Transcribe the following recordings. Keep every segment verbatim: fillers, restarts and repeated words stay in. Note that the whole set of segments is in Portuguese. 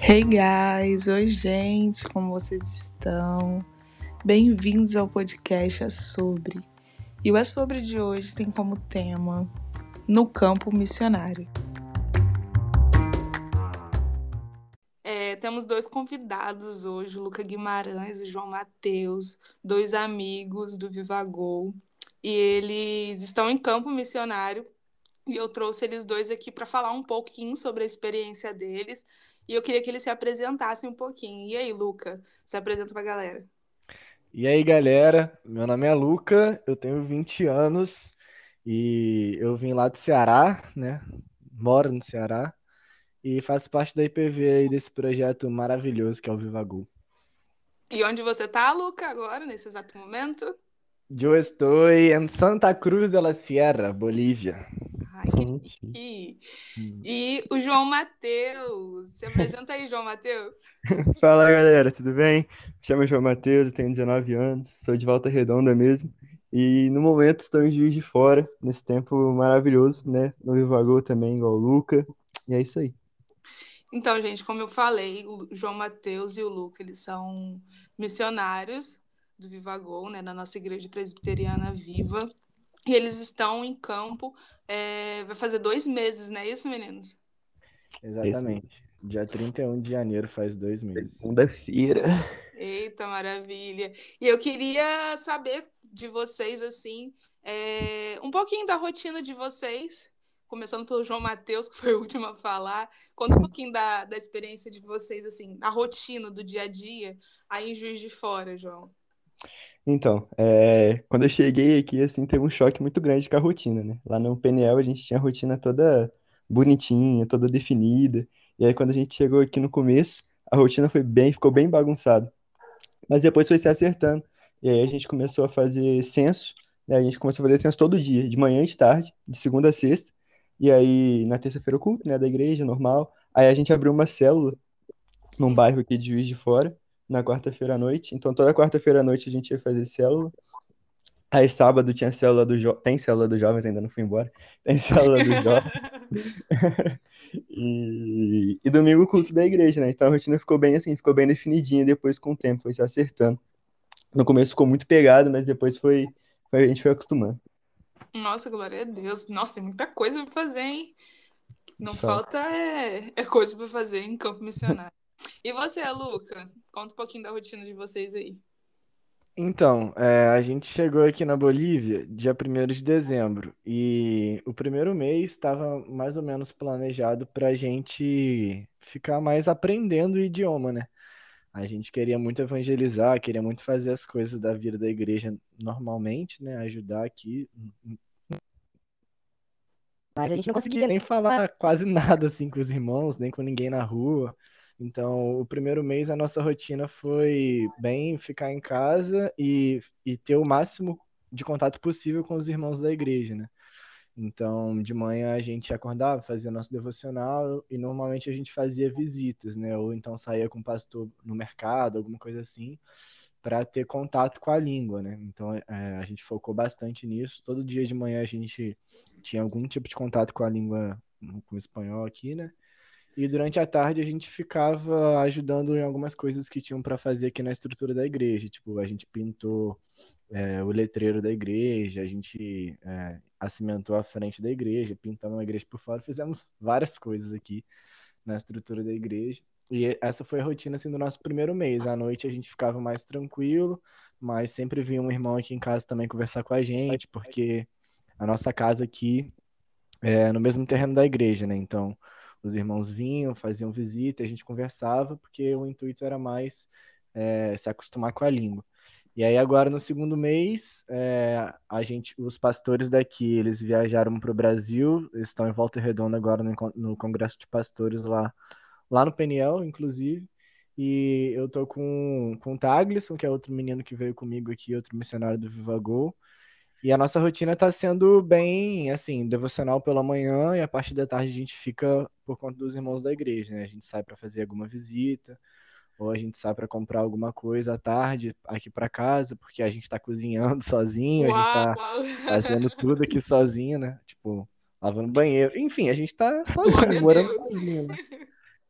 Hey guys, oi gente, como vocês estão? Bem-vindos ao podcast É Sobre. E o É Sobre de hoje tem como tema No Campo Missionário. É, temos dois convidados hoje, o Luca Guimarães e o João Mateus, dois amigos do Viva Gol. E eles estão em campo missionário e eu trouxe eles dois aqui para falar um pouquinho sobre a experiência deles. E eu queria que eles se apresentassem um pouquinho. E aí, Luca, se apresenta pra galera. E aí, galera, meu nome é Luca, eu tenho vinte anos e eu vim lá do Ceará, né? Moro no Ceará e faço parte da I P V aí desse projeto maravilhoso que é o Viva Gol. E onde você tá, Luca, agora, nesse exato momento? Eu estou em Santa Cruz de la Sierra, Bolívia. Ai, que chique. E o João Mateus. Se apresenta aí, João Mateus. Fala galera, tudo bem? Me chamo João Matheus, eu tenho dezenove anos, sou de Volta Redonda mesmo. E no momento estou em Juiz de Fora, nesse tempo maravilhoso, né? No Viva Gol também, igual o Luca. E é isso aí. Então, gente, como eu falei, o João Mateus e o Luca, eles são missionários do Viva Gol, né, da nossa igreja presbiteriana Viva. E eles estão em campo, é, vai fazer dois meses, não é isso, meninos? É isso mesmo. Exatamente. Dia trinta e um de janeiro faz dois meses. Segunda-feira. Eita, maravilha. E eu queria saber de vocês, assim, é, um pouquinho da rotina de vocês, começando pelo João Mateus, que foi o último a falar. Conta um pouquinho da, da experiência de vocês, assim, a rotina do dia a dia aí em Juiz de Fora, João. Então, é, quando eu cheguei aqui, assim, teve um choque muito grande com a rotina, né? Lá no P N L a gente tinha a rotina toda bonitinha, toda definida. E aí quando a gente chegou aqui no começo, a rotina foi bem, ficou bem bagunçada. Mas depois foi se acertando. E aí a gente começou a fazer censo, né? A gente começou a fazer censo todo dia, de manhã e de tarde, de segunda a sexta. E aí na terça-feira o culto, né, da igreja, normal. Aí a gente abriu uma célula num bairro aqui de Juiz de Fora, na quarta-feira à noite. Então toda quarta-feira à noite a gente ia fazer célula. Aí sábado tinha célula do jo... tem célula dos jovens, ainda não fui embora. Tem célula dos jovens. E... e domingo o culto da igreja, né? Então a rotina ficou bem assim, ficou bem definidinha depois com o tempo, foi se acertando. No começo ficou muito pegado, mas depois foi, foi- a gente foi acostumando. Nossa, glória a Deus. Nossa, tem muita coisa para fazer, hein? Não Só. falta é, é coisa para fazer em campo missionário. E você, Luca? Conta um pouquinho da rotina de vocês aí. Então, é, a gente chegou aqui na Bolívia dia primeiro de dezembro e o primeiro mês estava mais ou menos planejado para a gente ficar mais aprendendo o idioma, né? A gente queria muito evangelizar, queria muito fazer as coisas da vida da igreja normalmente, né? Ajudar aqui. Mas a gente não conseguia nem falar quase nada assim com os irmãos, nem com ninguém na rua. Então, o primeiro mês a nossa rotina foi bem ficar em casa e, e ter o máximo de contato possível com os irmãos da igreja, né? Então, de manhã a gente acordava, fazia nosso devocional e normalmente a gente fazia visitas, né? Ou então saía com o pastor no mercado, alguma coisa assim, para ter contato com a língua, né? Então, é, a gente focou bastante nisso. Todo dia de manhã a gente tinha algum tipo de contato com a língua, com o espanhol aqui, né? E durante a tarde a gente ficava ajudando em algumas coisas que tinham para fazer aqui na estrutura da igreja. Tipo, a gente pintou é, o letreiro da igreja, a gente é, acimentou a frente da igreja, pintamos a igreja por fora, fizemos várias coisas aqui na estrutura da igreja. E essa foi a rotina assim, do nosso primeiro mês. À noite a gente ficava mais tranquilo, mas sempre vinha um irmão aqui em casa também conversar com a gente, porque a nossa casa aqui é no mesmo terreno da igreja, né? Então, os irmãos vinham, faziam visita, a gente conversava, porque o intuito era mais é, se acostumar com a língua. E aí agora no segundo mês, é, a gente, os pastores daqui, eles viajaram para o Brasil, eles estão em Volta Redonda agora no, encon- no Congresso de Pastores lá, lá no Peniel, inclusive. E eu tô com, com o Taglisson, que é outro menino que veio comigo aqui, outro missionário do Viva Gol. E a nossa rotina está sendo bem, assim, devocional pela manhã e a parte da tarde a gente fica por conta dos irmãos da igreja, né? A gente sai para fazer alguma visita ou a gente sai para comprar alguma coisa à tarde aqui para casa, porque a gente está cozinhando sozinho, a gente Uau! está fazendo tudo aqui sozinho, né? Tipo, lavando banheiro. Enfim, a gente está sozinho, Glória a morando Deus. sozinho, né?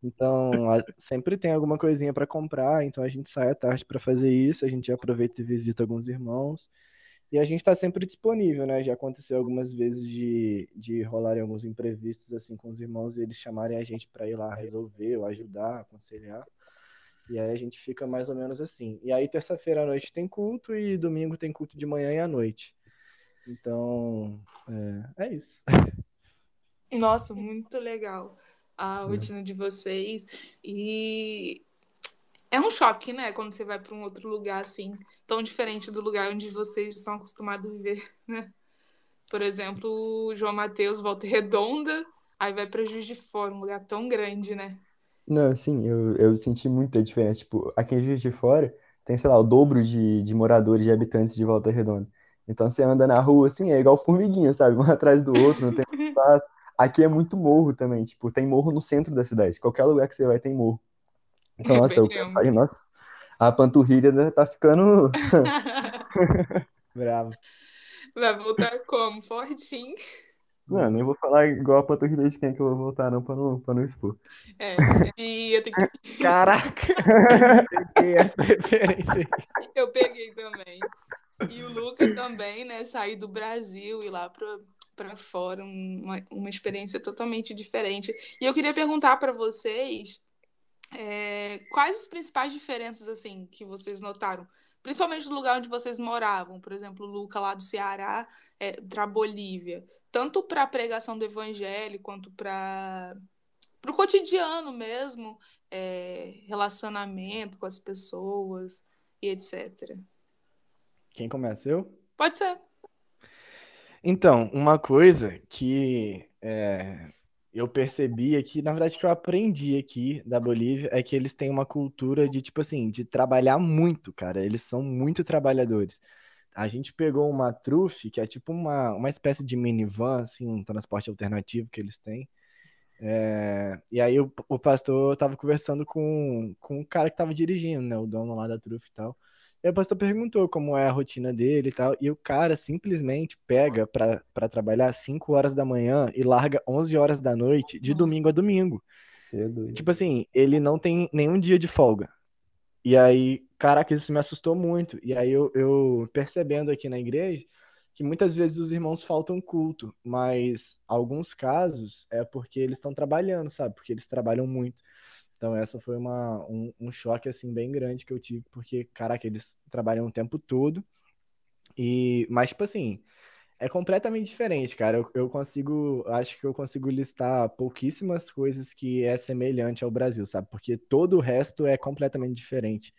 Então, a- sempre tem alguma coisinha para comprar, então a gente sai à tarde para fazer isso, a gente aproveita e visita alguns irmãos. E a gente está sempre disponível, né? Já aconteceu algumas vezes de, de rolarem alguns imprevistos assim com os irmãos e eles chamarem a gente para ir lá resolver ou ajudar, aconselhar. E aí a gente fica mais ou menos assim. E aí terça-feira à noite tem culto e domingo tem culto de manhã e à noite. Então, é, é isso. Nossa, muito legal a rotina de vocês. E é um choque, né? Quando você vai para um outro lugar assim, tão diferente do lugar onde vocês estão acostumados a viver, né? Por exemplo, o João Mateus, Volta Redonda, aí vai para Juiz de Fora, um lugar tão grande, né? Não, sim, eu, eu senti muita diferença. Tipo, aqui em Juiz de Fora tem, sei lá, o dobro de, de moradores, de habitantes de Volta Redonda. Então você anda na rua, assim, é igual formiguinha, sabe? Um atrás do outro, não tem espaço. Aqui é muito morro também, tipo, tem morro no centro da cidade. Qualquer lugar que você vai tem morro. Então, Eu nossa, bem eu penso lembro. aí, nossa, a panturrilha né, tá ficando. Bravo. Vai voltar como? Fortinho. Não, nem vou falar igual a panturrilha de quem que eu vou voltar, não, pra não, pra não expor. É, ia ter que. Caraca! Peguei essa referência aí. Eu peguei também. E o Luca também, né? Sair do Brasil e ir lá para para fora, uma, uma experiência totalmente diferente. E eu queria perguntar para vocês é, quais as principais diferenças assim que vocês notaram, principalmente do lugar onde vocês moravam, por exemplo, o Luca lá do Ceará é, para Bolívia, tanto para a pregação do Evangelho quanto para o cotidiano mesmo, é, relacionamento com as pessoas e etcétera. Quem começa? Eu? Pode ser. Então, uma coisa que é, eu percebi aqui, na verdade que eu aprendi aqui da Bolívia, é que eles têm uma cultura de, tipo assim, de trabalhar muito, cara. Eles são muito trabalhadores. A gente pegou uma trufe, que é tipo uma, uma espécie de minivan, assim, um transporte alternativo que eles têm. É, e aí o, o pastor tava conversando com, com o cara que tava dirigindo, né? O dono lá da trufe e tal. E aí o pastor perguntou como é a rotina dele e tal. E o cara simplesmente pega pra, pra trabalhar cinco horas da manhã e larga onze horas da noite, de Nossa. domingo a domingo. Você é doido. Tipo assim, ele não tem nenhum dia de folga. E aí, caraca, isso me assustou muito. E aí eu, eu percebendo aqui na igreja que muitas vezes os irmãos faltam culto, mas alguns casos é porque eles estão trabalhando, sabe? Porque eles trabalham muito. Então essa foi uma, um, um choque assim bem grande que eu tive, porque, caraca, eles trabalham o tempo todo. E, mas, tipo assim, é completamente diferente, cara. Eu, eu consigo, acho que eu consigo listar pouquíssimas coisas que é semelhante ao Brasil, sabe? Porque todo o resto é completamente diferente.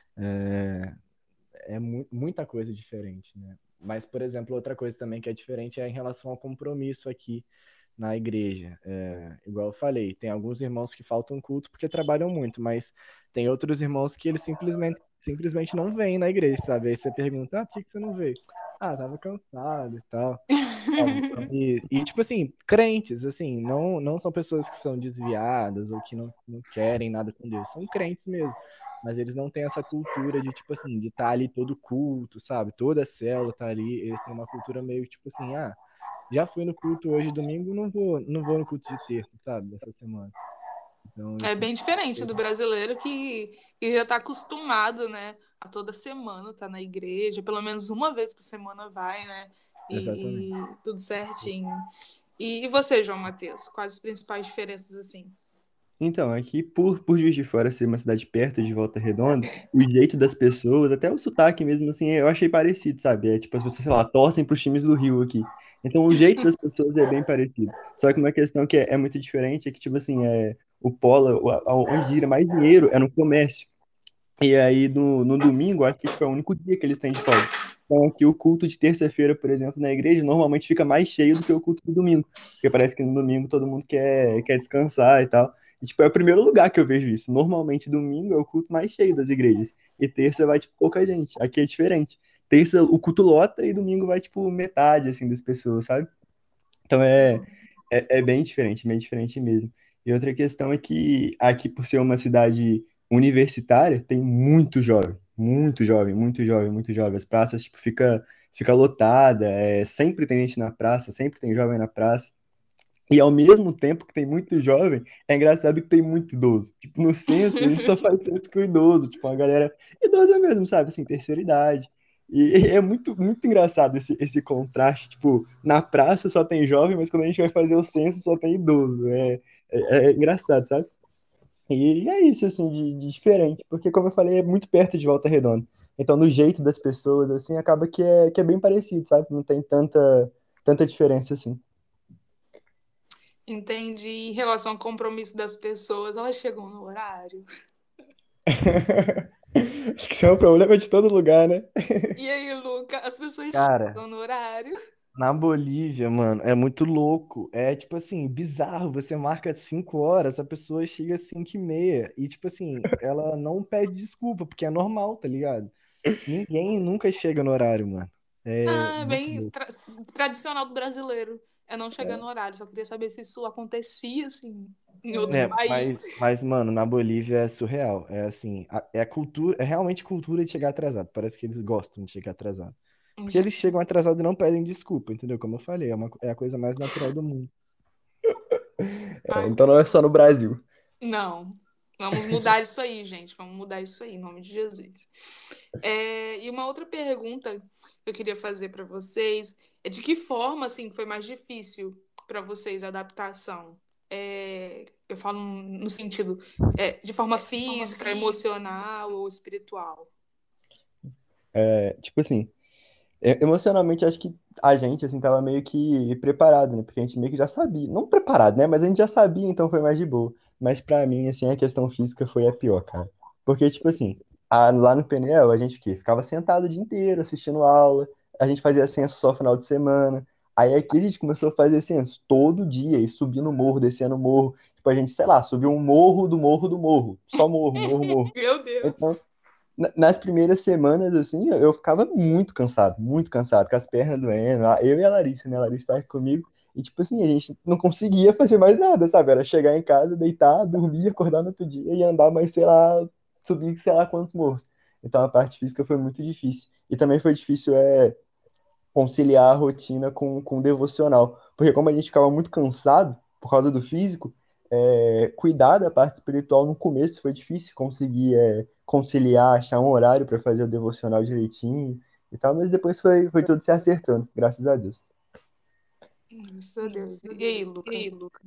É, é mu muita coisa diferente, né? Mas, por exemplo, outra coisa também que é diferente é em relação ao compromisso aqui na igreja. É, igual eu falei, tem alguns irmãos que faltam culto porque trabalham muito, mas tem outros irmãos que eles simplesmente, simplesmente não vêm na igreja, sabe? Aí você pergunta, ah, por que que você não veio? Ah, tava cansado e tal. Sabe? Então, E, e, tipo assim, crentes, assim, não, não são pessoas que são desviadas ou que não, não querem nada com Deus, são crentes mesmo, mas eles não têm essa cultura de, tipo assim, de estar ali todo culto, sabe? Toda célula tá ali, eles têm uma cultura meio tipo assim, ah, já fui no culto hoje domingo, não vou, não vou no culto de terça, sabe? Dessa semana. Então, É isso bem diferente do brasileiro que, que já está acostumado, né? A toda semana tá na igreja, pelo menos uma vez por semana vai, né? E, exatamente. e tudo certinho. E, e você, João Matheus? Quais as principais diferenças assim? Então, aqui, por, por Juiz de Fora ser uma cidade perto de Volta Redonda, o jeito das pessoas, até o sotaque mesmo, assim, eu achei parecido, sabe? É tipo, as pessoas, sei lá, torcem pros times do Rio aqui. Então, o jeito das pessoas é bem parecido. Só que uma questão que é, é muito diferente é que, tipo assim, é, o polo, o- a- onde gira mais dinheiro é no comércio. E aí, no, no domingo, acho que tipo, é o único dia que eles têm de folga. Então, aqui o culto de terça-feira, por exemplo, na igreja, normalmente fica mais cheio do que o culto do domingo. Porque parece que no domingo todo mundo quer, quer descansar e tal. E, tipo, é o primeiro lugar que eu vejo isso. Normalmente, domingo é o culto mais cheio das igrejas. E terça vai, tipo, pouca gente. Aqui é diferente. Terça, o culto lota e domingo vai, tipo, metade, assim, das pessoas, sabe? Então, é, é, é bem diferente, bem diferente mesmo. E outra questão é que aqui, por ser uma cidade universitária, tem muito jovem, muito jovem, muito jovem, muito jovem. As praças, tipo, fica, fica lotada, é, sempre tem gente na praça, sempre tem jovem na praça. E ao mesmo tempo que tem muito jovem, é engraçado que tem muito idoso. Tipo, no censo, a gente só faz censo com idoso, tipo, uma galera idosa mesmo, sabe? Assim, terceira idade. E é muito, muito engraçado esse, esse contraste. Tipo, na praça só tem jovem, mas quando a gente vai fazer o censo só tem idoso. É, é, é engraçado, sabe? E é isso, assim, de, de diferente. Porque, como eu falei, é muito perto de Volta Redonda. Então, no jeito das pessoas, assim, acaba que é, que é bem parecido, sabe? Não tem tanta, tanta diferença assim. Entendi. Em relação ao compromisso das pessoas, elas chegam no horário. Acho que isso é um problema de todo lugar, né? E aí, Luca, as pessoas Cara, chegam no horário? na Bolívia, mano, é muito louco. É tipo assim, bizarro. Você marca cinco horas, a pessoa chega às cinco e meia. E tipo assim, ela não pede desculpa, porque é normal, tá ligado? Ninguém nunca chega no horário, mano. É Ah, muito bem louco. tra- tradicional do brasileiro. É não chegar no horário. Só queria saber se isso acontecia, assim, em outro É, país. mas, mas, mano, na Bolívia é surreal. É assim, a- é a cultura, é realmente cultura de chegar atrasado. Parece que eles gostam de chegar atrasado. Porque Já- eles chegam atrasados e não pedem desculpa, entendeu? Como eu falei, é, uma, co- é a coisa mais natural do mundo. É, Ai, então não é só no Brasil. não. Vamos mudar isso aí, gente. Vamos mudar isso aí, em nome de Jesus. É, e uma outra pergunta que eu queria fazer para vocês é de que forma, assim, foi mais difícil para vocês a adaptação? É, eu falo no sentido, é, de forma física, emocional ou espiritual. É, tipo assim, é, emocionalmente acho que a gente, assim, tava meio que preparado, né? Porque a gente meio que já sabia. Não preparado, né? Mas a gente já sabia, então foi mais de boa. Mas pra mim, assim, a questão física foi a pior, cara. Porque, tipo assim, a- lá no Penel, a gente o quê? Ficava sentado o dia inteiro assistindo aula, a gente fazia censo só final de semana. Aí aqui a gente começou a fazer censo todo dia, e subir no morro, descendo o morro. Tipo, a gente, sei lá, subiu um morro do morro do morro. Só morro, morro, morro. Meu Deus. Então, na- nas primeiras semanas, assim, eu eu ficava muito cansado, muito cansado, com as pernas doendo. Ah, eu e a Larissa, né? A Larissa estava aqui comigo. E, tipo assim, a gente não conseguia fazer mais nada, sabe? Era chegar em casa, deitar, dormir, acordar no outro dia e andar mais, sei lá, subir sei lá quantos morros. Então a parte física foi muito difícil. E também foi difícil é, conciliar a rotina com, com o devocional. Porque como a gente ficava muito cansado por causa do físico, é, cuidar da parte espiritual no começo foi difícil, conseguir é, conciliar, achar um horário para fazer o devocional direitinho e tal, mas depois foi, foi tudo se acertando, graças a Deus. Graças a Deus. E aí, Luca?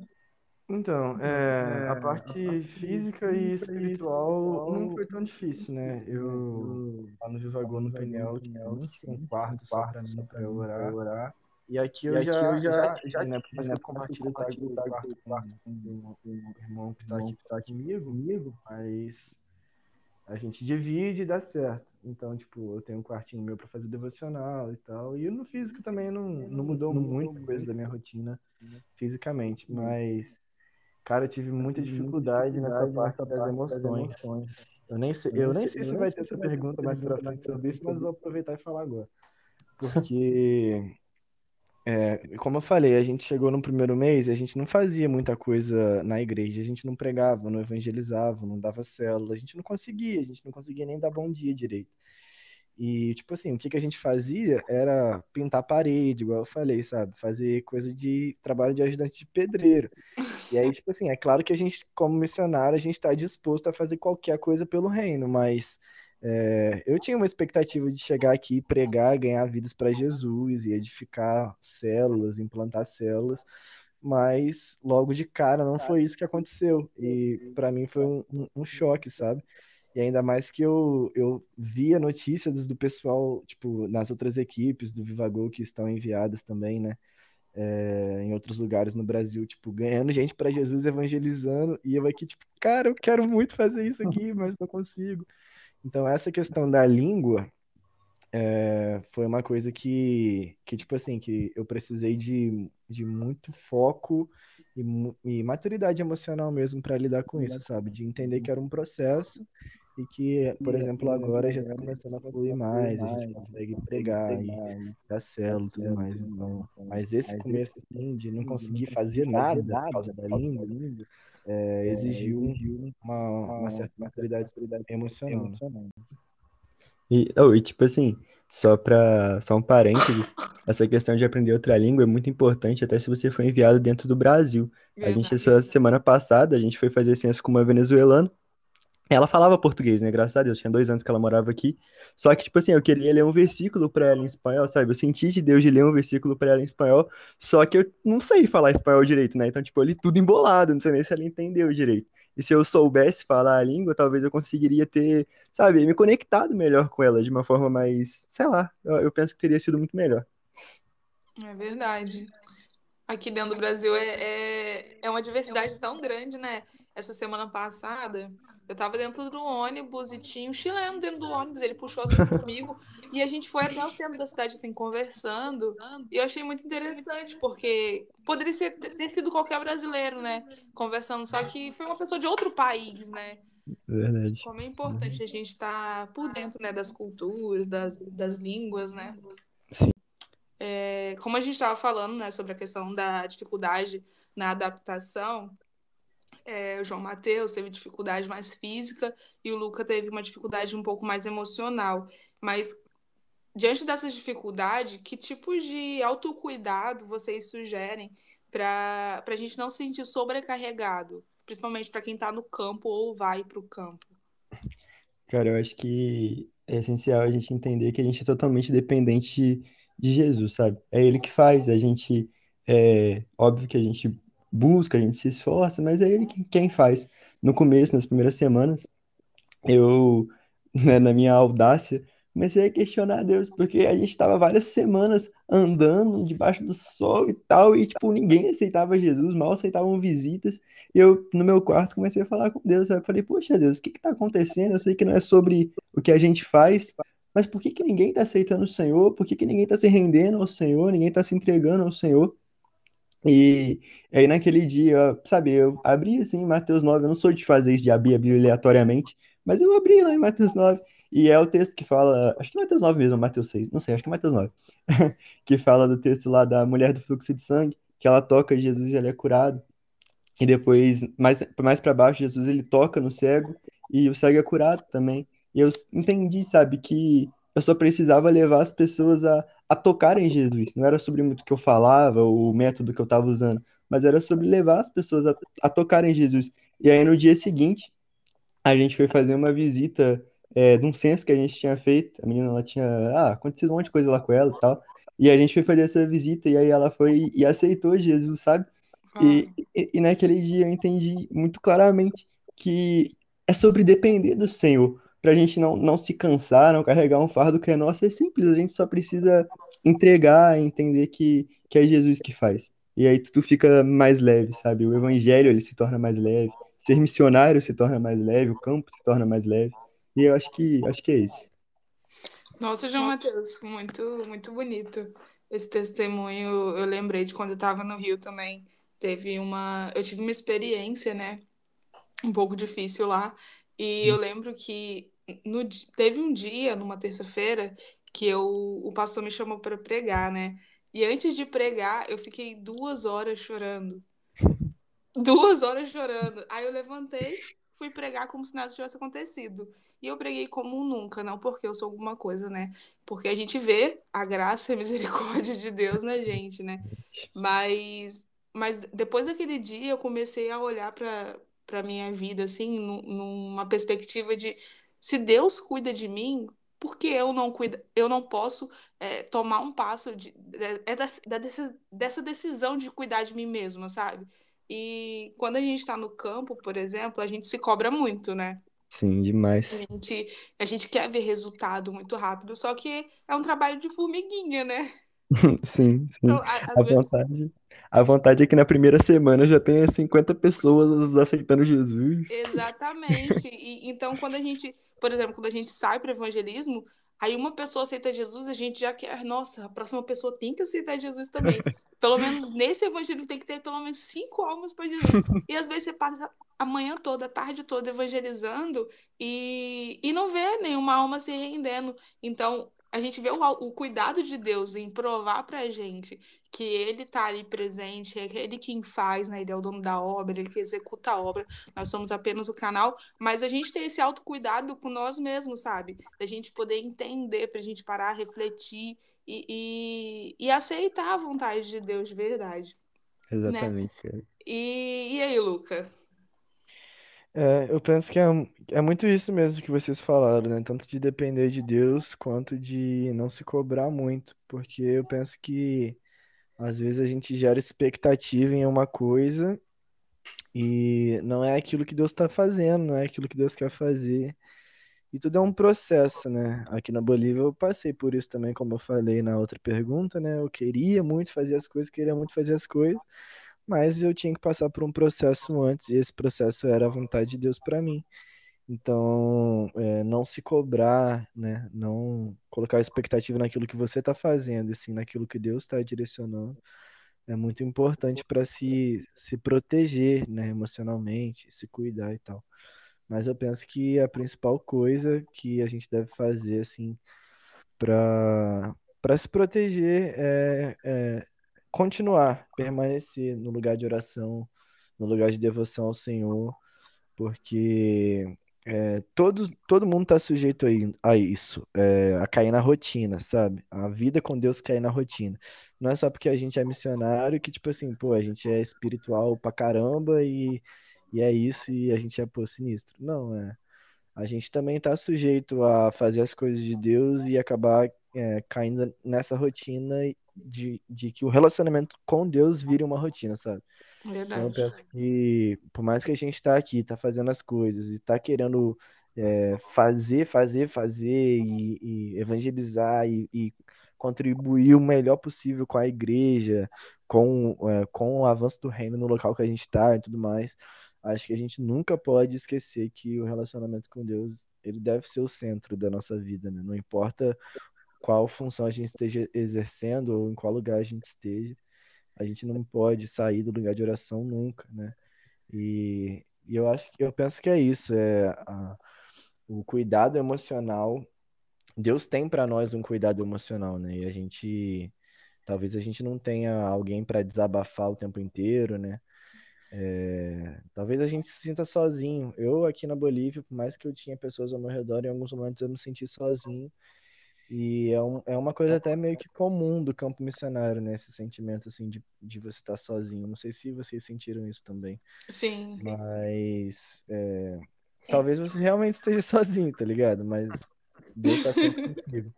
Então, é, a parte física e espiritual não foi tão difícil, né? Eu, lá no Vivagor, no Peniel, tipo, não tinha um quarto só pra mim, pra eu orar. E aqui eu já, já tive, né? Por mais que eu compartilho tá, o quarto com o irmão que tá aqui comigo, mas a gente divide e dá certo. Então, tipo, eu tenho um quartinho meu pra fazer devocional e tal. E no físico também não, não mudou muita coisa da minha rotina fisicamente, mas cara, eu tive muita dificuldade nessa parte das emoções. Eu nem sei, eu nem sei se vai ter essa pergunta mais pra frente sobre isso, mas eu vou aproveitar e falar agora. Porque, é, como eu falei, a gente chegou no primeiro mês e a gente não fazia muita coisa na igreja. A gente não pregava, não evangelizava, não dava célula. A gente não conseguia, a gente não conseguia nem dar bom dia direito. E, tipo assim, o que que a gente fazia era pintar parede, igual eu falei, sabe? Fazer coisa de trabalho de ajudante de pedreiro. E aí, tipo assim, é claro que a gente, como missionário, a gente está disposto a fazer qualquer coisa pelo reino, mas é, eu tinha uma expectativa de chegar aqui, pregar, ganhar vidas para Jesus e edificar células, implantar células, mas logo de cara não foi isso que aconteceu. E para mim foi um, um, um choque, sabe? E ainda mais que eu, eu via notícias do pessoal, tipo, nas outras equipes do Viva que estão enviadas também, né? É, em outros lugares no Brasil, tipo, ganhando gente para Jesus, evangelizando, e eu aqui, tipo, cara, eu quero muito fazer isso aqui, mas não consigo. Então, essa questão da língua é, foi uma coisa que, que, tipo assim, que eu precisei de, de muito foco e, mu- e maturidade emocional mesmo para lidar com isso, sabe? De entender que era um processo e que, por exemplo, agora já está começando a fluir mais, a gente consegue pregar e dar célula e tudo mais. Então, mas esse começo, assim, de não conseguir fazer nada por causa da língua, é, exigiu um- uma, uma certa maturidade emocional, né? E, oh, e tipo assim, Só para só um parênteses, essa questão de aprender outra língua é muito importante, até se você for enviado dentro do Brasil. A gente, Verdade. essa semana passada, a gente foi fazer ciência com uma venezuelana. Ela falava português, né? Graças a Deus, tinha dois anos que ela morava aqui. Só que, tipo assim, eu queria ler um versículo pra ela em espanhol, sabe? Eu senti de Deus de ler um versículo pra ela em espanhol, só que eu não sei falar espanhol direito, né? Então, tipo, eu li tudo embolado, não sei nem se ela entendeu direito. E se eu soubesse falar a língua, talvez eu conseguiria ter, sabe, me conectado melhor com ela de uma forma mais, sei lá, eu, eu penso que teria sido muito melhor. É verdade. Aqui dentro do Brasil é, é, é uma diversidade tão grande, né? Essa semana passada, eu tava dentro do ônibus e tinha um chileno dentro do ônibus, ele puxou assunto comigo e a gente foi até o centro da cidade, assim, conversando. E eu achei muito interessante, porque poderia ser, ter sido qualquer brasileiro, né? Conversando, só que foi uma pessoa de outro país, né? Verdade. Como é importante a gente estar por dentro, né, das culturas, das, das línguas, né? Sim. É, como a gente estava falando, né, sobre a questão da dificuldade na adaptação, é, o João Mateus teve dificuldade mais física e o Luca teve uma dificuldade um pouco mais emocional. Mas, diante dessas dificuldades, que tipos de autocuidado vocês sugerem para a gente não se sentir sobrecarregado, principalmente para quem está no campo ou vai para o campo? Cara, eu acho que é essencial a gente entender que a gente é totalmente dependente de Jesus, sabe? É Ele que faz, a gente, é óbvio que a gente busca, a gente se esforça, mas é Ele que- quem faz. No começo, nas primeiras semanas, eu, né, na minha audácia, comecei a questionar Deus, porque a gente estava várias semanas andando debaixo do sol e tal, e, tipo, ninguém aceitava Jesus, mal aceitavam visitas, e eu, no meu quarto, comecei a falar com Deus, sabe? Eu falei, poxa, Deus, o que que tá acontecendo? Eu sei que não é sobre o que a gente faz, mas por que que ninguém tá aceitando o Senhor? Por que que ninguém tá se rendendo ao Senhor? Ninguém tá se entregando ao Senhor? E aí naquele dia, sabe, eu abri assim Mateus nove, eu não sou de fazer isso de abrir a Bíblia aleatoriamente, mas eu abri lá em Mateus nove, e é o texto que fala, acho que é Mateus nove mesmo, Mateus seis, não sei, acho que é Mateus nove, que fala do texto lá da mulher do fluxo de sangue, que ela toca Jesus e ela é curada. E depois, mais, mais para baixo, Jesus ele toca no cego e o cego é curado também. E eu entendi, sabe, que eu só precisava levar as pessoas a, a tocarem em Jesus. Não era sobre muito o que eu falava, o método que eu estava usando, mas era sobre levar as pessoas a, a tocarem em Jesus. E aí no dia seguinte, a gente foi fazer uma visita é, de um censo que a gente tinha feito. A menina ela tinha ah, acontecido um monte de coisa lá com ela e tal. E a gente foi fazer essa visita e aí ela foi e aceitou Jesus, sabe? E, Uau. e, e naquele dia eu entendi muito claramente que é sobre depender do Senhor, para a gente não, não se cansar, não carregar um fardo que é nosso. É simples, a gente só precisa entregar e entender que, que é Jesus que faz. E aí tudo fica mais leve, sabe? O evangelho ele se torna mais leve, ser missionário se torna mais leve, o campo se torna mais leve. E eu acho que acho que é isso. Nossa, João Mateus, muito, muito bonito esse testemunho. Eu lembrei de quando eu estava no Rio também. Teve uma, eu tive uma experiência, né, um pouco difícil lá. E eu lembro que no, di- teve um dia, numa terça-feira, que eu, o pastor me chamou para pregar, né? E antes de pregar, eu fiquei duas horas chorando. Duas horas chorando. Aí eu levantei, fui pregar como se nada tivesse acontecido. E eu preguei como um nunca, não porque eu sou alguma coisa, né? Porque a gente vê a graça e a misericórdia de Deus na gente, né? Mas, mas depois daquele dia eu comecei a olhar para para minha vida assim, nu- numa perspectiva de se Deus cuida de mim, por que eu não cuido, eu não posso é, tomar um passo de, de- é da, da, dessa, dessa decisão de cuidar de mim mesma, sabe? E quando a gente está no campo, por exemplo, a gente se cobra muito, né? Sim, A demais. gente, a gente quer ver resultado muito rápido, só que é um trabalho de formiguinha, né? Sim, sim. Então, a- às A vezes. vontade, a vontade é que na primeira semana já tenha cinquenta pessoas aceitando Jesus. Exatamente. E então, quando a gente, por exemplo, quando a gente sai para o evangelismo, aí uma pessoa aceita Jesus, a gente já quer, nossa, a próxima pessoa tem que aceitar Jesus também. Pelo menos nesse evangelho tem que ter pelo menos cinco almas para Jesus. E às vezes você passa a manhã toda, a tarde toda evangelizando e, e não vê nenhuma alma se rendendo. Então, a gente vê o, o cuidado de Deus em provar pra gente que ele tá ali presente, é ele quem faz, né? Ele é o dono da obra, ele que executa a obra, nós somos apenas o canal, mas a gente tem esse autocuidado com nós mesmos, sabe? Da gente poder entender, pra gente parar, refletir e, e, e aceitar a vontade de Deus de verdade, né? Exatamente, cara. E, e aí, Luca? É, eu penso que é, é muito isso mesmo que vocês falaram, né? Tanto de depender de Deus quanto de não se cobrar muito, porque eu penso que às vezes a gente gera expectativa em uma coisa e não é aquilo que Deus está fazendo, não é aquilo que Deus quer fazer. E tudo é um processo, né? Aqui na Bolívia eu passei por isso também, como eu falei na outra pergunta, né? Eu queria muito fazer as coisas, queria muito fazer as coisas, mas eu tinha que passar por um processo antes, e esse processo era a vontade de Deus para mim. Então, é, não se cobrar, né? Não colocar expectativa naquilo que você está fazendo, e sim naquilo que Deus está direcionando, é muito importante para se, se proteger, né? Emocionalmente, se cuidar e tal. Mas eu penso que a principal coisa que a gente deve fazer, assim, para para se proteger é, é continuar, permanecer no lugar de oração, no lugar de devoção ao Senhor, porque é, todos, todo mundo está sujeito a, i- a isso, é, a cair na rotina, sabe? A vida com Deus cair na rotina. Não é só porque a gente é missionário que, tipo assim, pô, a gente é espiritual pra caramba e, e é isso e a gente é, pô, sinistro. Não, é. A gente também está sujeito a fazer as coisas de Deus e acabar é, caindo nessa rotina de, de que o relacionamento com Deus vire uma rotina, sabe? Então eu Verdade. penso que, por mais que a gente está aqui, está fazendo as coisas e está querendo é, fazer, fazer, fazer e, e evangelizar e, e contribuir o melhor possível com a igreja, com, é, com o avanço do reino no local que a gente está e tudo mais, acho que a gente nunca pode esquecer que o relacionamento com Deus, ele deve ser o centro da nossa vida, né? Não importa qual função a gente esteja exercendo ou em qual lugar a gente esteja, a gente não pode sair do lugar de oração nunca, né? E, e eu acho que eu penso que é isso, é a- o cuidado emocional. Deus tem para nós um cuidado emocional, né? E a gente talvez a gente não tenha alguém para desabafar o tempo inteiro, né? É, talvez a gente se sinta sozinho. Eu aqui na Bolívia, por mais que eu tinha pessoas ao meu redor, em alguns momentos eu me senti sozinho. E é, um, é uma coisa até meio que comum do campo missionário, né? Esse sentimento, assim, de, de você estar sozinho. Não sei se vocês sentiram isso também, Sim. mas é, talvez você realmente esteja sozinho, tá ligado? Mas Deus está sempre contigo.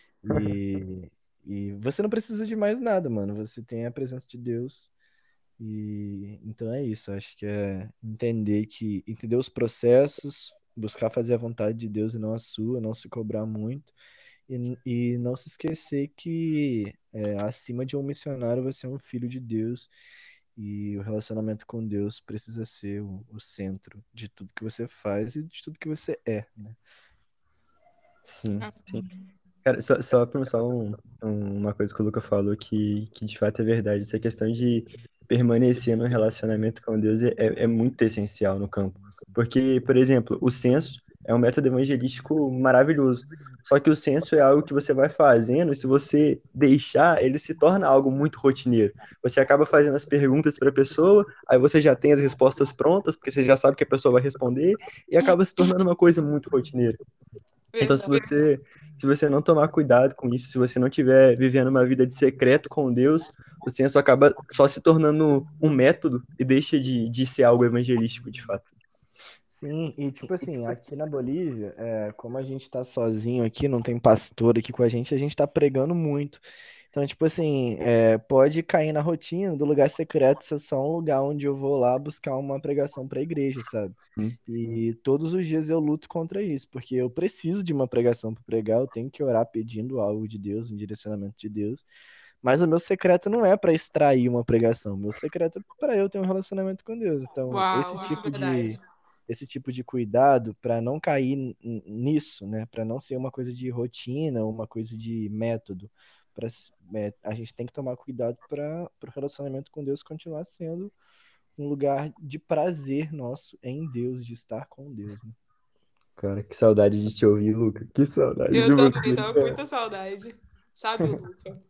E, e você não precisa de mais nada, mano. Você tem a presença de Deus. E então é isso. Acho que é entender que, entender os processos, buscar fazer a vontade de Deus e não a sua, não se cobrar muito. E, e não se esquecer que é, acima de um missionário você é um filho de Deus e o relacionamento com Deus precisa ser o, o centro de tudo que você faz e de tudo que você é, né? Sim, sim. Cara, só, só, pra- só um, um- uma coisa que o Luca falou que, que de fato é verdade. Essa questão de permanecer no relacionamento com Deus é, é é muito essencial no campo. Porque, por exemplo, o censo é um método evangelístico maravilhoso. Só que o censo é algo que você vai fazendo e se você deixar, ele se torna algo muito rotineiro. Você acaba fazendo as perguntas para a pessoa, aí você já tem as respostas prontas, porque você já sabe que a pessoa vai responder, e acaba se tornando uma coisa muito rotineira. Então, se Verdade. você, se você não tomar cuidado com isso, se você não estiver vivendo uma vida de secreto com Deus, o senso acaba só se tornando um método e deixa de, de ser algo evangelístico, de fato. Sim, e tipo assim, aqui na Bolívia, é, como a gente tá sozinho aqui, não tem pastor aqui com a gente, a gente tá pregando muito. Então, tipo assim, é, pode cair na rotina do lugar secreto ser só um lugar onde eu vou lá buscar uma pregação pra igreja, sabe? Hum. E todos os dias eu luto contra isso, porque eu preciso de uma pregação para pregar, eu tenho que orar pedindo algo de Deus, um direcionamento de Deus. Mas o meu secreto não é para extrair uma pregação, o meu secreto é para eu ter um relacionamento com Deus. Então, Uau, esse muito tipo verdade. de esse tipo de cuidado para não cair n- nisso, né? Para não ser uma coisa de rotina, uma coisa de método. Pra, é, a gente tem que tomar cuidado para o relacionamento com Deus continuar sendo um lugar de prazer nosso em Deus, de estar com Deus, né? Cara, que saudade de te ouvir, Luca. Que saudade de Eu também você, tava com cara. muita saudade. Sabe, o Luca?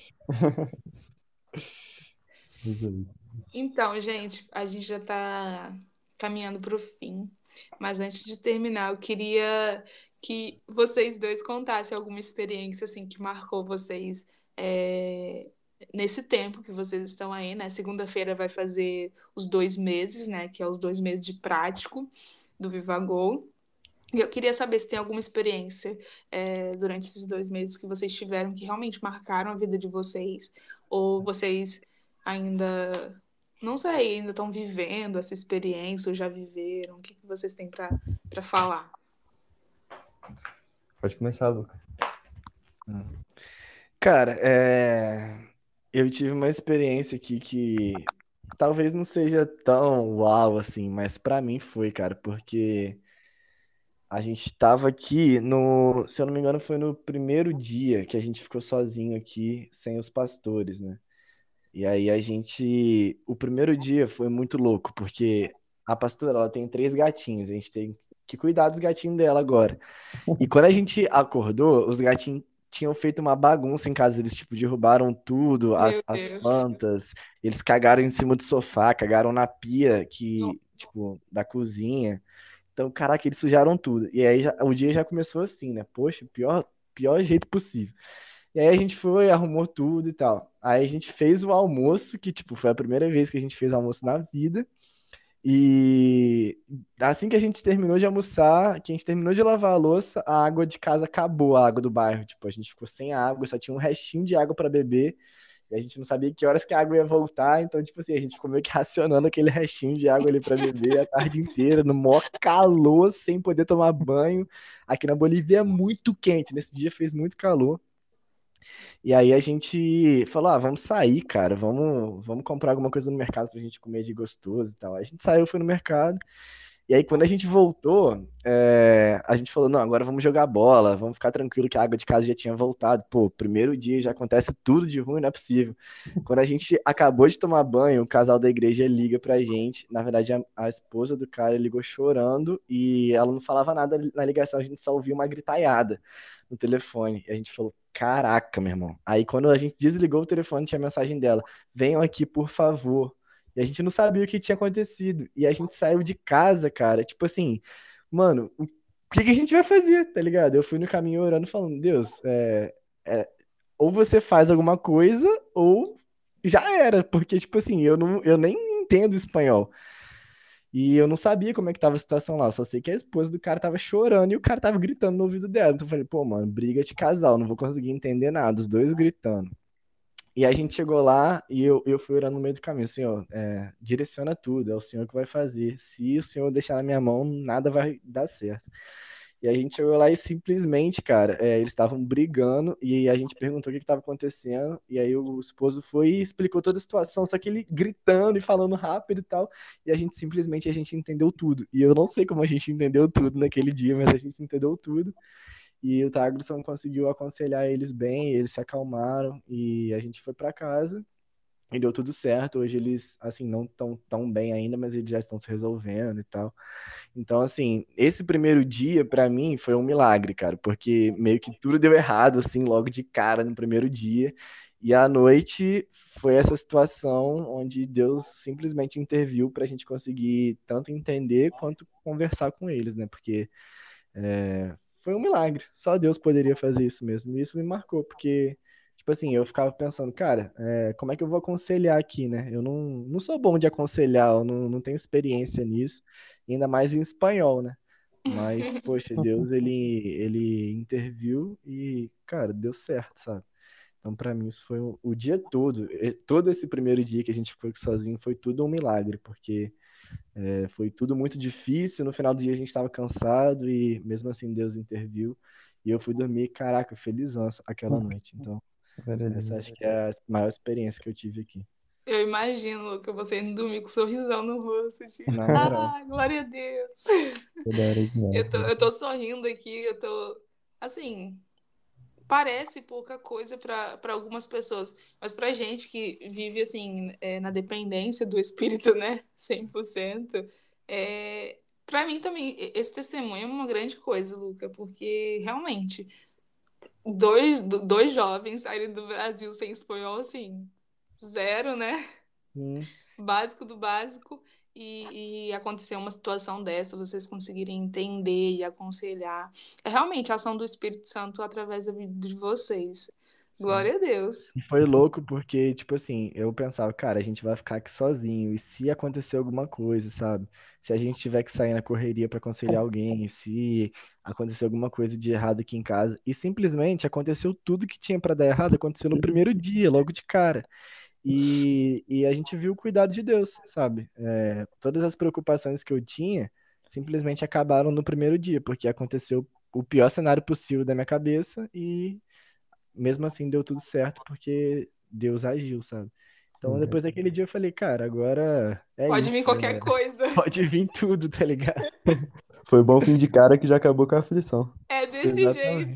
Isso aí. Então, gente, a gente já está caminhando para o fim. Mas antes de terminar, eu queria que vocês dois contassem alguma experiência assim que marcou vocês é, nesse tempo que vocês estão aí, né? Segunda-feira vai fazer os dois meses, né? Que é os dois meses de prático do Vivagol. E eu queria saber se tem alguma experiência é, durante esses dois meses que vocês tiveram que realmente marcaram a vida de vocês, ou vocês ainda, não sei, ainda estão vivendo essa experiência, ou já viveram, o que que vocês têm para para falar? Pode começar, Luca. Cara, é... eu tive uma experiência aqui que talvez não seja tão uau assim, mas pra mim foi, cara, porque a gente tava aqui no, se eu não me engano, foi no primeiro dia que a gente ficou sozinho aqui, sem os pastores, né? E aí a gente, o primeiro dia foi muito louco, porque a pastora, ela tem três gatinhos, a gente tem que cuidar dos gatinhos dela agora. E quando a gente acordou, os gatinhos tinham feito uma bagunça em casa. Eles, tipo, derrubaram tudo, Meu as, as Deus. plantas. Eles cagaram em cima do sofá, cagaram na pia que, tipo, da cozinha. Então, caraca, eles sujaram tudo. E aí já- o dia já começou assim, né? Poxa, pior, pior jeito possível. E aí a gente foi, arrumou tudo e tal. Aí a gente fez o almoço, que, tipo, foi a primeira vez que a gente fez almoço na vida. E assim que a gente terminou de almoçar, que a gente terminou de lavar a louça, a água de casa acabou, a água do bairro. Tipo, a gente ficou sem água, só tinha um restinho de água para beber. E a gente não sabia que horas que a água ia voltar. Então, tipo assim, a gente ficou meio que racionando aquele restinho de água ali para beber a tarde inteira, no maior calor, sem poder tomar banho. Aqui na Bolívia é muito quente, nesse dia fez muito calor. E aí a gente falou, ah, vamos sair, cara, vamos, vamos comprar alguma coisa no mercado pra gente comer de gostoso e tal. Aí a gente saiu, foi no mercado. E aí, quando a gente voltou, é, a gente falou, não, agora vamos jogar bola, vamos ficar tranquilo que a água de casa já tinha voltado. Pô, primeiro dia já acontece tudo de ruim, não é possível. Quando a gente acabou de tomar banho, o casal da igreja liga pra gente. Na verdade, a, a esposa do cara ligou chorando e ela não falava nada na ligação, a gente só ouvia uma gritaiada no telefone. E a gente falou, caraca, meu irmão. Aí, quando a gente desligou o telefone, tinha a mensagem dela, venham aqui, por favor. E a gente não sabia o que tinha acontecido. E a gente saiu de casa, cara. Tipo assim, mano, o que que a gente vai fazer, tá ligado? Eu fui no caminho orando, falando, Deus, é, é, ou você faz alguma coisa, ou já era. Porque, tipo assim, eu, não, eu nem entendo espanhol. E eu não sabia como é que tava a situação lá. Eu só sei que a esposa do cara tava chorando e o cara tava gritando no ouvido dela. Então eu falei, pô, mano, briga de casal, não vou conseguir entender nada. Os dois gritando. E a gente chegou lá e eu, eu fui orando no meio do caminho, Senhor, é, direciona tudo, é o Senhor que vai fazer. Se o Senhor deixar na minha mão, nada vai dar certo. E a gente chegou lá e simplesmente, cara, é, eles estavam brigando e a gente perguntou o que estava acontecendo. E aí o esposo foi e explicou toda a situação, só que ele gritando e falando rápido e tal. E a gente simplesmente a gente entendeu tudo. E eu não sei como a gente entendeu tudo naquele dia, mas a gente entendeu tudo. E o Taglisson conseguiu aconselhar eles bem, eles se acalmaram e a gente foi para casa e deu tudo certo. Hoje eles, assim, não estão tão bem ainda, mas eles já estão se resolvendo e tal. Então, assim, esse primeiro dia para mim foi um milagre, cara, porque meio que tudo deu errado, assim, logo de cara no primeiro dia. E à noite foi essa situação onde Deus simplesmente interviu para a gente conseguir tanto entender quanto conversar com eles, né? Porque é, foi um milagre. Só Deus poderia fazer isso mesmo. E isso me marcou, porque, tipo assim, eu ficava pensando, cara, é, como é que eu vou aconselhar aqui, né? Eu não, não sou bom de aconselhar, eu não, não tenho experiência nisso, ainda mais em espanhol, né? Mas, poxa, Deus, ele, ele interviu e, cara, deu certo, sabe? Então, pra mim, isso foi o, o dia todo. e- Todo esse primeiro dia que a gente ficou aqui sozinho foi tudo um milagre, porque é, foi tudo muito difícil. No final do dia a gente estava cansado e mesmo assim Deus interviu. E eu fui dormir, caraca, felizão aquela noite. Então, Glória a essa Deus. acho que é a maior experiência que eu tive aqui. Eu imagino que você indo dormir com um sorrisão no rosto, tipo, Na moral. ah, glória a Deus. Foi da hora Eu demais, tô, né? eu tô sorrindo aqui, eu tô, assim, parece pouca coisa para para algumas pessoas, mas para gente que vive assim é, na dependência do espírito, né, cem por cento, é, Para mim também, esse testemunho é uma grande coisa, Luca, porque realmente, dois, dois jovens saírem do Brasil sem espanhol, assim, zero, né? Hum, Básico do básico, e, e acontecer uma situação dessa, vocês conseguirem entender e aconselhar. É realmente a ação do Espírito Santo através da vida de vocês. sim. Glória a Deus. E foi louco porque, tipo assim, eu pensava, cara, a gente vai ficar aqui sozinho. E se acontecer alguma coisa, sabe? Se a gente tiver que sair na correria pra aconselhar alguém, se acontecer alguma coisa de errado aqui em casa. E simplesmente aconteceu tudo que tinha pra dar errado, aconteceu no primeiro dia, logo de cara. E, e a gente viu o cuidado de Deus, sabe? É, todas as preocupações que eu tinha simplesmente acabaram no primeiro dia, porque aconteceu o pior cenário possível da minha cabeça e mesmo assim deu tudo certo porque Deus agiu, sabe? Então Uhum. depois daquele dia eu falei, cara, agora é Pode vir isso, qualquer é, coisa. pode vir tudo, tá ligado? Foi bom fim de cara que já acabou com a aflição. É desse jeito. Exatamente.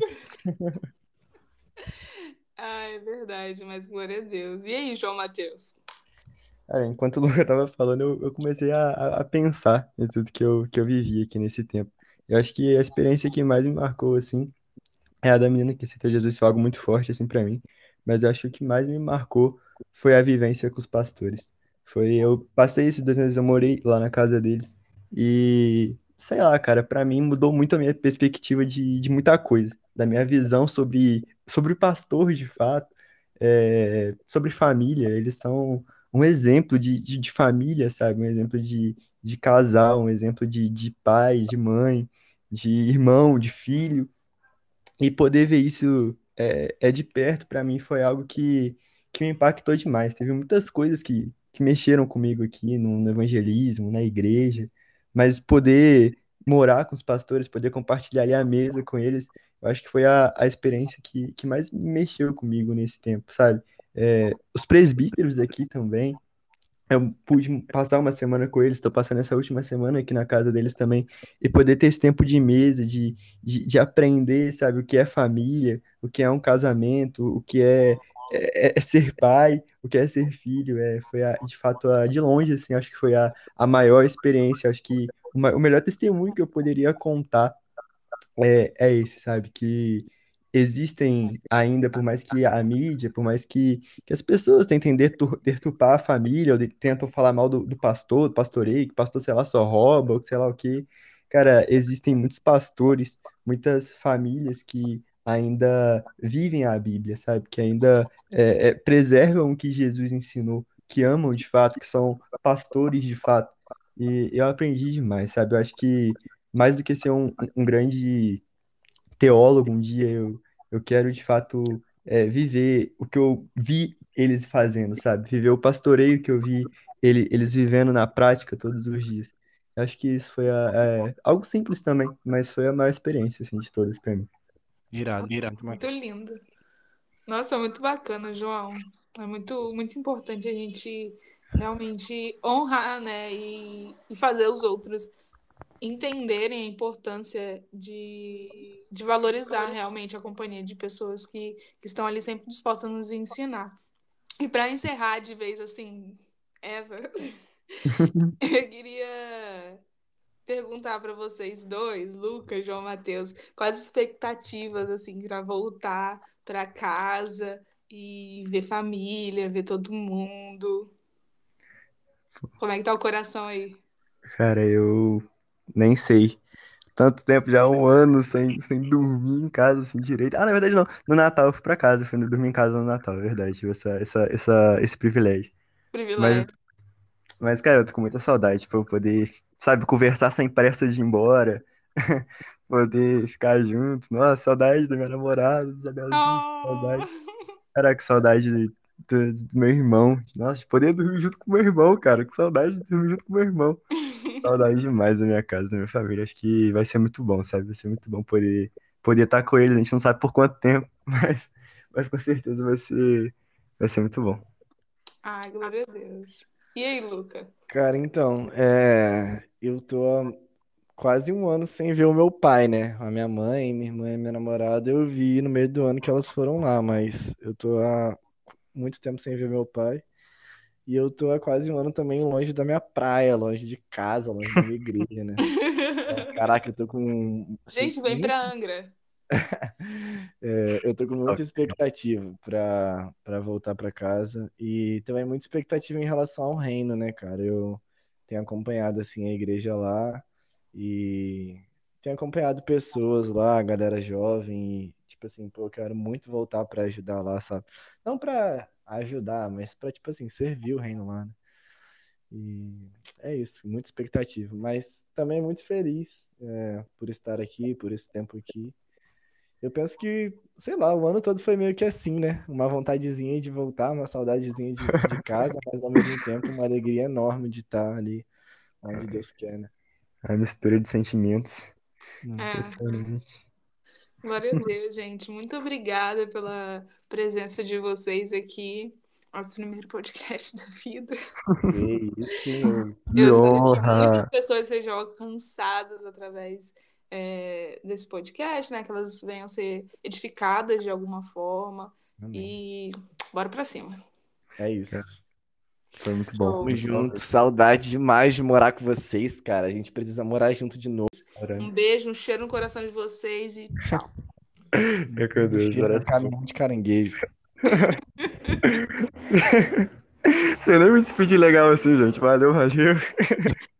Ah, é verdade, mas glória a Deus. E aí, João Mateus? Cara, enquanto o Luca tava falando, eu, eu comecei a, a a pensar em tudo que eu, que eu vivi aqui nesse tempo. Eu acho que a experiência que mais me marcou, assim, é a da menina que aceitou Jesus, foi algo muito forte, assim, pra mim. Mas eu acho que o que mais me marcou foi a vivência com os pastores. Foi, eu passei esses dois meses, eu morei lá na casa deles. E, sei lá, cara, pra mim mudou muito a minha perspectiva de, de muita coisa. Da minha visão sobre, sobre o pastor, de fato, é, sobre família. Eles são um exemplo de, de, de família, sabe? Um exemplo de, de casal, um exemplo de, de pai, de mãe, de irmão, de filho. E poder ver isso é, é de perto, para mim, foi algo que, que me impactou demais. Teve muitas coisas que, que mexeram comigo aqui no, no evangelismo, na igreja, mas poder morar com os pastores, poder compartilhar ali a mesa com eles, eu acho que foi a, a experiência que, que mais mexeu comigo nesse tempo, sabe? É, os presbíteros aqui também. Eu pude passar uma semana com eles, estou passando essa última semana aqui na casa deles também, e poder ter esse tempo de mesa, de, de, de aprender, sabe, o que é família, o que é um casamento, o que é, é, é ser pai, o que é ser filho, é, foi a, de fato, a, de longe, assim, acho que foi a, a maior experiência, acho que o, ma- o melhor testemunho que eu poderia contar é, é esse, sabe? Que existem ainda, por mais que a mídia, por mais que, que as pessoas tentem detur- deturpar a família, ou de- tentam falar mal do, do pastor, do pastoreio, que o pastor, sei lá, só rouba, ou sei lá o quê. Cara, existem muitos pastores, muitas famílias que ainda vivem a Bíblia, sabe? Que ainda é, é, preservam o que Jesus ensinou, que amam de fato, que são pastores de fato. E eu aprendi demais, sabe? Eu acho que mais do que ser um, um um grande teólogo um dia, eu, eu quero de fato é, viver o que eu vi eles fazendo, sabe? Viver o pastoreio que eu vi ele, eles vivendo na prática todos os dias. Eu acho que isso foi a, é, algo simples também, mas foi a maior experiência assim, de todas para mim. Irado, muito Muito maneiro. lindo. Nossa, muito bacana, João. É muito, muito importante a gente realmente honrar, né, e, e fazer os outros entenderem a importância de, de valorizar realmente a companhia de pessoas que, que estão ali sempre dispostas a nos ensinar. E para encerrar de vez assim, Eva, eu queria perguntar para vocês dois, Lucas, João Mateus, quais as expectativas assim para voltar para casa e ver família, ver todo mundo. Como é que tá o coração aí? Cara, eu nem sei. Tanto tempo já, um ano sem, sem dormir em casa, assim, direito. Ah, na verdade não. No Natal eu fui pra casa, eu fui dormir em casa no Natal, é verdade. Tive essa, essa, essa, esse privilégio. Mas Privilégio. Mas, cara, eu tô com muita saudade pra eu poder, sabe, conversar sem pressa de ir embora, poder ficar junto. Nossa, saudade da minha namorada, do Isabelzinho, Oh! saudade. Caraca, que saudade do, do meu irmão. Nossa, de poder dormir junto com o meu irmão, cara. Que saudade de dormir junto com o meu irmão. Saudade demais da minha casa, da minha família. Acho que vai ser muito bom, sabe? Vai ser muito bom poder poder estar com ele. A gente não sabe por quanto tempo, mas, mas com certeza vai ser, vai ser muito bom. Ai, glória a Deus. E aí, Luca? Cara, então, é, eu tô há quase um ano sem ver o meu pai, né? A minha mãe, minha irmã e minha namorada, eu vi no meio do ano que elas foram lá, mas eu tô há muito tempo sem ver meu pai. E eu tô há quase um ano também longe da minha praia, longe de casa, longe da minha igreja, né? Então, caraca, eu tô com, assim, Gente, vem muito, pra Angra. é, eu tô com muita expectativa pra, pra voltar pra casa e também muita expectativa em relação ao reino, né, cara? Eu tenho acompanhado, assim, a igreja lá e tenho acompanhado pessoas lá, galera jovem e, tipo assim, pô, eu quero muito voltar pra ajudar lá, sabe? Não pra ajudar, mas pra, tipo assim, servir o reino lá, né? E é isso, muita expectativa, mas também muito feliz, é, por estar aqui, por esse tempo aqui. Eu penso que, sei lá, o ano todo foi meio que assim, né? Uma vontadezinha de voltar, uma saudadezinha de, de casa, mas ao mesmo tempo uma alegria enorme de estar ali onde Deus quer, né? A mistura de sentimentos. Hum. É, Impressionante. glória a Deus, gente. Muito obrigada pela presença de vocês aqui. Nosso primeiro podcast da vida. Que isso, hein? Eu- Eu Que espero que muitas honra! pessoas sejam alcançadas através é, desse podcast, né? Que elas venham ser edificadas de alguma forma. Amém. E bora pra cima. É isso. Foi muito bom. Show. Tamo Muito bom junto. mesmo. Saudade demais de morar com vocês, cara. A gente precisa morar junto de novo, cara. Um beijo, um cheiro no coração de vocês e tchau. Meu Deus, Cheiro no oração. caminhão de caranguejo. Você nem me despedir legal assim, gente. Valeu, valeu.